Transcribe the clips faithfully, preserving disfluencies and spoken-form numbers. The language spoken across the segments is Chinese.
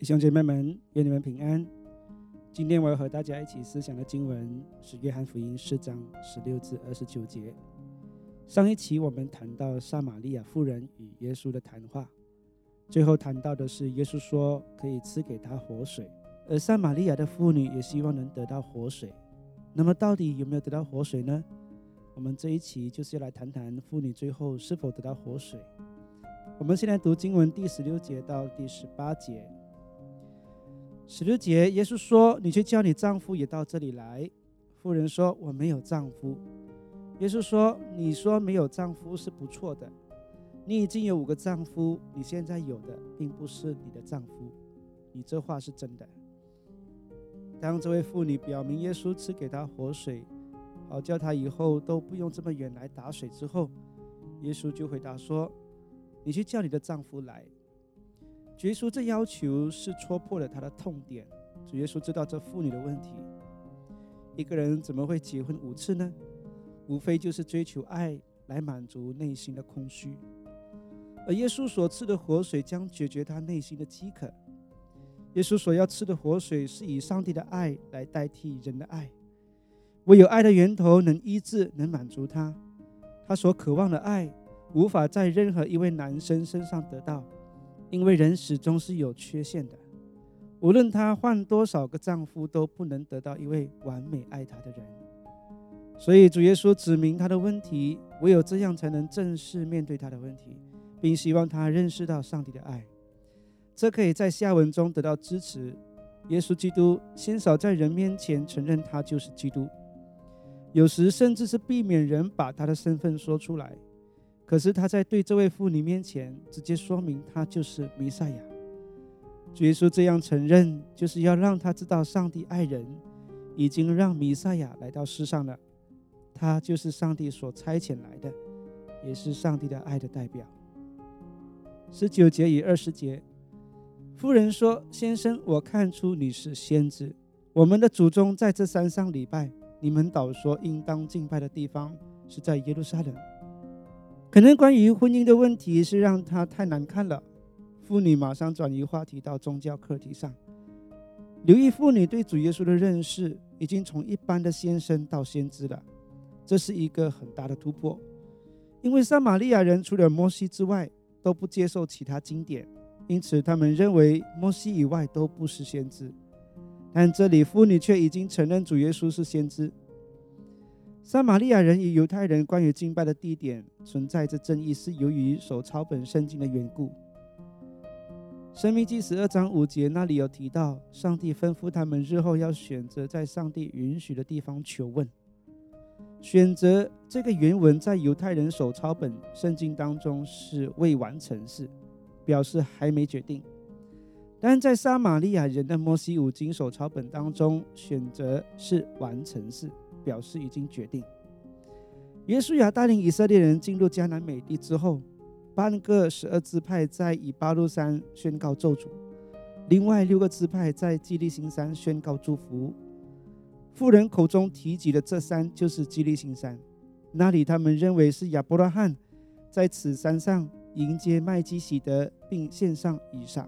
兄姐妹们，愿你们平安。今天我要和大家一起思想的经文是约翰福音四章十六至二十九节。上一期我们谈到撒玛利亚妇人与耶稣的谈话，最后谈到的是耶稣说可以赐给他活水，而撒玛利亚的妇女也希望能得到活水。那么到底有没有得到活水呢？我们这一期就是要来谈谈妇女最后是否得到活水。我们现在读经文第十六节到第十八节。十六节，耶稣说：“你去叫你丈夫也到这里来。”妇人说：“我没有丈夫。”耶稣说：“你说没有丈夫是不错的，你已经有五个丈夫，你现在有的并不是你的丈夫，你这话是真的。”当这位妇女表明耶稣赐给她活水，好叫她以后都不用这么远来打水之后，耶稣就回答说：“你去叫你的丈夫来。”主耶稣这要求是戳破了他的痛点。主耶稣知道这妇女的问题，一个人怎么会结婚五次呢？无非就是追求爱来满足内心的空虚，而耶稣所赐的活水将解决他内心的饥渴。耶稣所要赐的活水是以上帝的爱来代替人的爱，唯有爱的源头能医治，能满足他。他所渴望的爱无法在任何一位男生身上得到，因为人始终是有缺陷的，无论她换多少个丈夫都不能得到一位完美爱她的人。所以主耶稣指明她的问题，唯有这样才能正式面对她的问题，并希望她认识到上帝的爱。这可以在下文中得到支持。耶稣基督鲜少在人面前承认他就是基督，有时甚至是避免人把他的身份说出来。可是他在对这位妇女面前直接说明他就是弥赛亚。主耶稣这样承认，就是要让他知道上帝爱人，已经让弥赛亚来到世上了。他就是上帝所差遣来的，也是上帝的爱的代表。十九节与二十节，妇人说：“先生，我看出你是先知。我们的祖宗在这山上礼拜，你们倒说应当敬拜的地方是在耶路撒冷。”可能关于婚姻的问题是让他太难看了，妇女马上转移话题到宗教课题上。留意妇女对主耶稣的认识已经从一般的先生到先知了，这是一个很大的突破。因为撒玛利亚人除了摩西之外都不接受其他经典，因此他们认为摩西以外都不是先知。但这里妇女却已经承认主耶稣是先知。撒玛利亚人与犹太人关于敬拜的地点存在着争议，是由于手抄本圣经的缘故。申命记十二章五节那里有提到，上帝吩咐他们日后要选择在上帝允许的地方求问。选择这个原文在犹太人手抄本圣经当中是未完成式，表示还没决定。但在撒玛利亚人的摩西五经手抄本当中，选择是完成式，表示已经决定。约书亚带领以色列人进入迦南美地之后，半个十二支派在以巴路山宣告咒诅，另外六个支派在基利心山宣告祝福。妇人口中提及的这山就是基利心山，那里他们认为是亚伯拉罕在此山上迎接麦基洗德并献上以撒。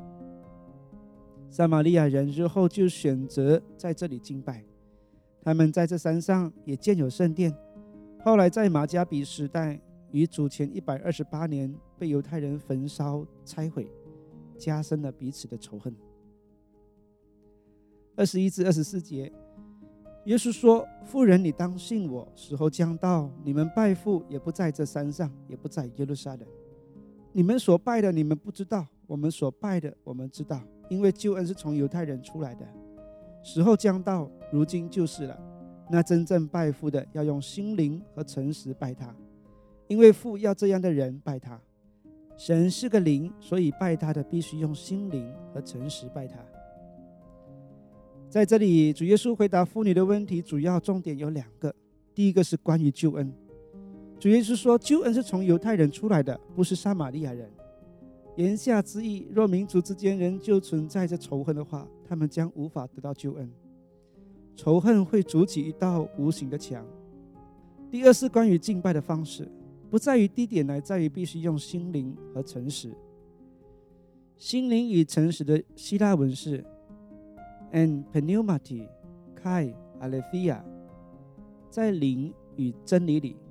撒玛利亚人日后就选择在这里敬拜，他们在这山上也建有圣殿，后来在马加比时代于主前一百二十八年被犹太人焚烧拆毁，加深了彼此的仇恨。二十一至二十四节，耶稣说：“妇人，你当信我，时候将到，你们拜父也不在这山上，也不在耶路撒冷。你们所拜的你们不知道，我们所拜的我们知道，因为救恩是从犹太人出来的。时候将到，如今就是了。那真正拜父的要用心灵和诚实拜他，因为父要这样的人拜他。神是个灵，所以拜他的必须用心灵和诚实拜他。”在这里，主耶稣回答妇女的问题主要重点有两个。第一个是关于救恩。主耶稣说，救恩是从犹太人出来的，不是撒玛利亚人。言下之意，若民族之间仍旧存在着仇恨的话，他们将无法得到救恩。仇恨会筑起一道无形的墙。第二是关于敬拜的方式，不在于地点，乃在于必须用心灵和诚实。 心灵与诚实的希腊文是 en pneumati kai aletheia， 在灵与真理里。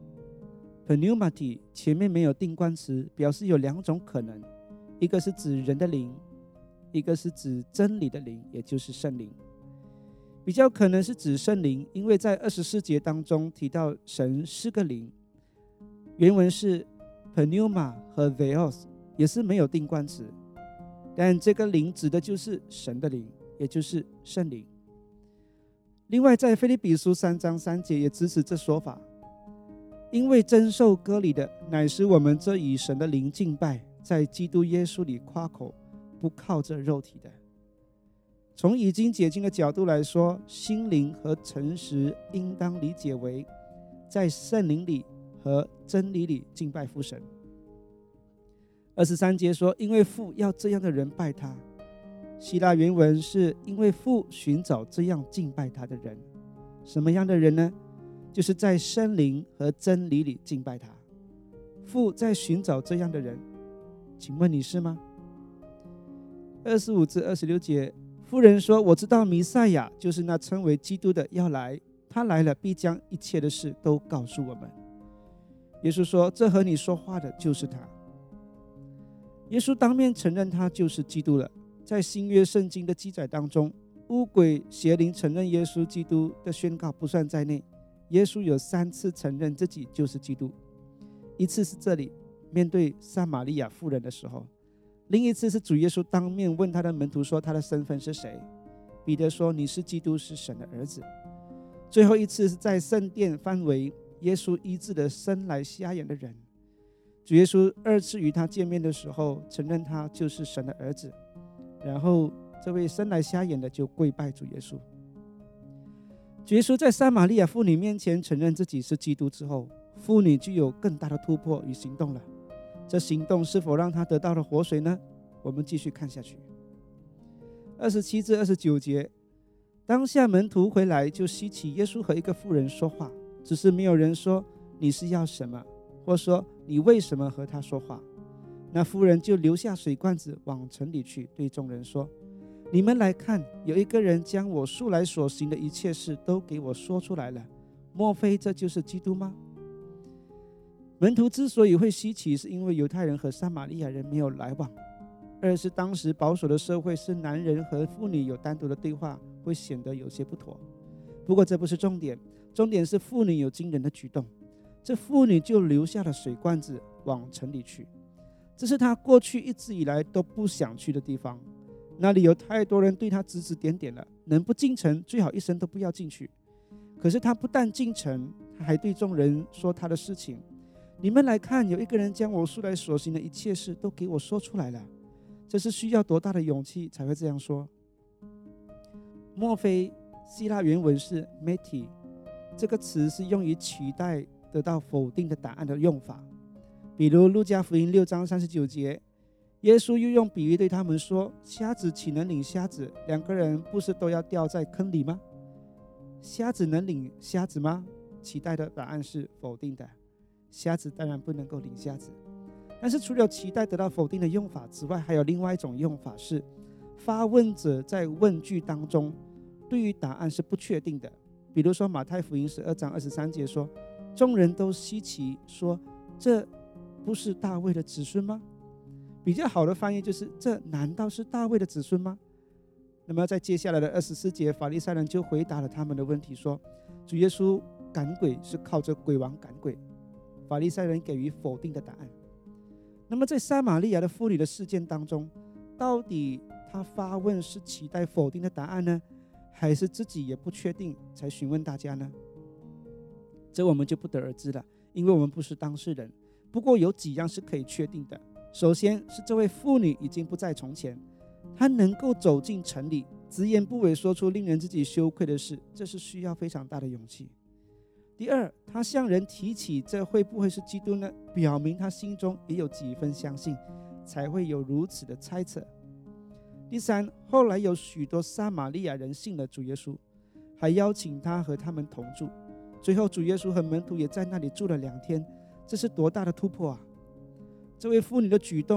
pneumati 前面没有定冠词，表示有两种可能，一个是指人的灵，一个是指真理的灵，也就是圣灵。比较可能是指圣灵，因为在二十四节当中提到神是个灵，原文是 pneuma 和 theos， 也是没有定冠词，但这个灵指的就是神的灵，也就是圣灵。另外在腓立比书三章三节也支持这说法，因为真受割礼的乃是我们这以神的灵敬拜，在基督耶稣里夸口，不靠着肉体的。从已经解经的角度来说，心灵和诚实应当理解为在圣灵里和真理里敬拜父神。二十三节说，因为父要这样的人拜他，希腊原文是因为父寻找这样敬拜他的人。什么样的人呢？就是在圣灵和真理里敬拜他。父在寻找这样的人，请问你是吗？二十五至二十六节，妇人说，我知道弥赛亚就是那称为基督的要来，他来了必将一切的事都告诉我们。耶稣说，这和你说话的就是他。耶稣当面承认他就是基督了。在新约圣经的记载当中，污鬼邪灵承认耶稣基督的宣告不算在内，耶稣有三次承认自己就是基督。一次是这里面对撒玛利亚妇人的时候，另一次是主耶稣当面问他的门徒说他的身份是谁。彼得说，你是基督，是神的儿子。最后一次是在圣殿范围，耶稣医治了生来瞎眼的人。主耶稣二次与他见面的时候，承认他就是神的儿子，然后这位生来瞎眼的就跪拜主耶稣。主耶稣在撒玛利亚妇女面前承认自己是基督之后，妇女就有更大的突破与行动了。这行动是否让他得到了活水呢？我们继续看下去。二十七至二十九节，当下门徒回来，就希奇耶稣和一个妇人说话，只是没有人说你是要什么，或说你为什么和他说话。那妇人就留下水罐子往城里去，对众人说，你们来看，有一个人将我素来所行的一切事都给我说出来了，莫非这就是基督吗？门徒之所以会稀奇，是因为犹太人和撒玛利亚人没有来往，二是当时保守的社会是男人和妇女有单独的对话，会显得有些不妥。不过这不是重点，重点是妇女有惊人的举动。这妇女就留下了水罐子往城里去，这是她过去一直以来都不想去的地方，那里有太多人对她指指点点了，能不进城最好一生都不要进去。可是她不但进城，她还对众人说她的事情，你们来看，有一个人将我素来所行的一切事都给我说出来了。这是需要多大的勇气才会这样说？莫非希腊原文是 meti， 这个词是用于取代得到否定的答案的用法。比如路加福音六章三十九节，耶稣又用比喻对他们说，瞎子岂能领瞎子？两个人不是都要掉在坑里吗？瞎子能领瞎子吗？期待的答案是否定的，瞎子当然不能够领瞎子。但是除了期待得到否定的用法之外，还有另外一种用法是，发问者在问句当中对于答案是不确定的。比如说马太福音十二章二十三节说，众人都稀奇说，这不是大卫的子孙吗？比较好的翻译就是，这难道是大卫的子孙吗？那么在接下来的二十四节，法利赛人就回答了他们的问题说，主耶稣赶鬼是靠着鬼王赶鬼。法利赛人给予否定的答案。那么在撒玛利亚的妇女的事件当中，到底她发问是期待否定的答案呢，还是自己也不确定才询问大家呢？这我们就不得而知了，因为我们不是当事人。不过有几样是可以确定的。首先是这位妇女已经不在从前，她能够走进城里，直言不讳说出令人自己羞愧的事，这是需要非常大的勇气。第二，他向人提起这会不会是基督呢？表明他心中也有几分相信，才会有如此的猜测。第三，后来有许多撒玛利亚人信了主耶稣，还邀请他和他们同住。最后主耶稣和门徒也在那里住了两天，这是多大的突破啊！这位妇女的举动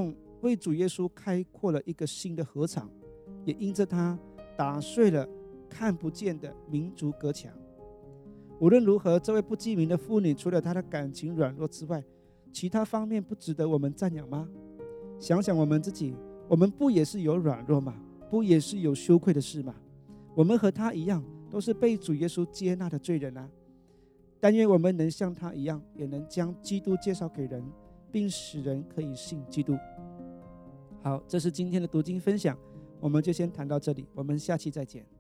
为主耶稣开阔了一个新的禾场，也因着他打碎了看不见的民族隔墙。无论如何，这位不记名的妇女除了她的感情软弱之外，其他方面不值得我们赞扬吗？想想我们自己，我们不也是有软弱吗？不也是有羞愧的事吗？我们和她一样，都是被主耶稣接纳的罪人啊！但愿我们能像她一样，也能将基督介绍给人，并使人可以信基督。好，这是今天的读经分享，我们就先谈到这里，我们下期再见。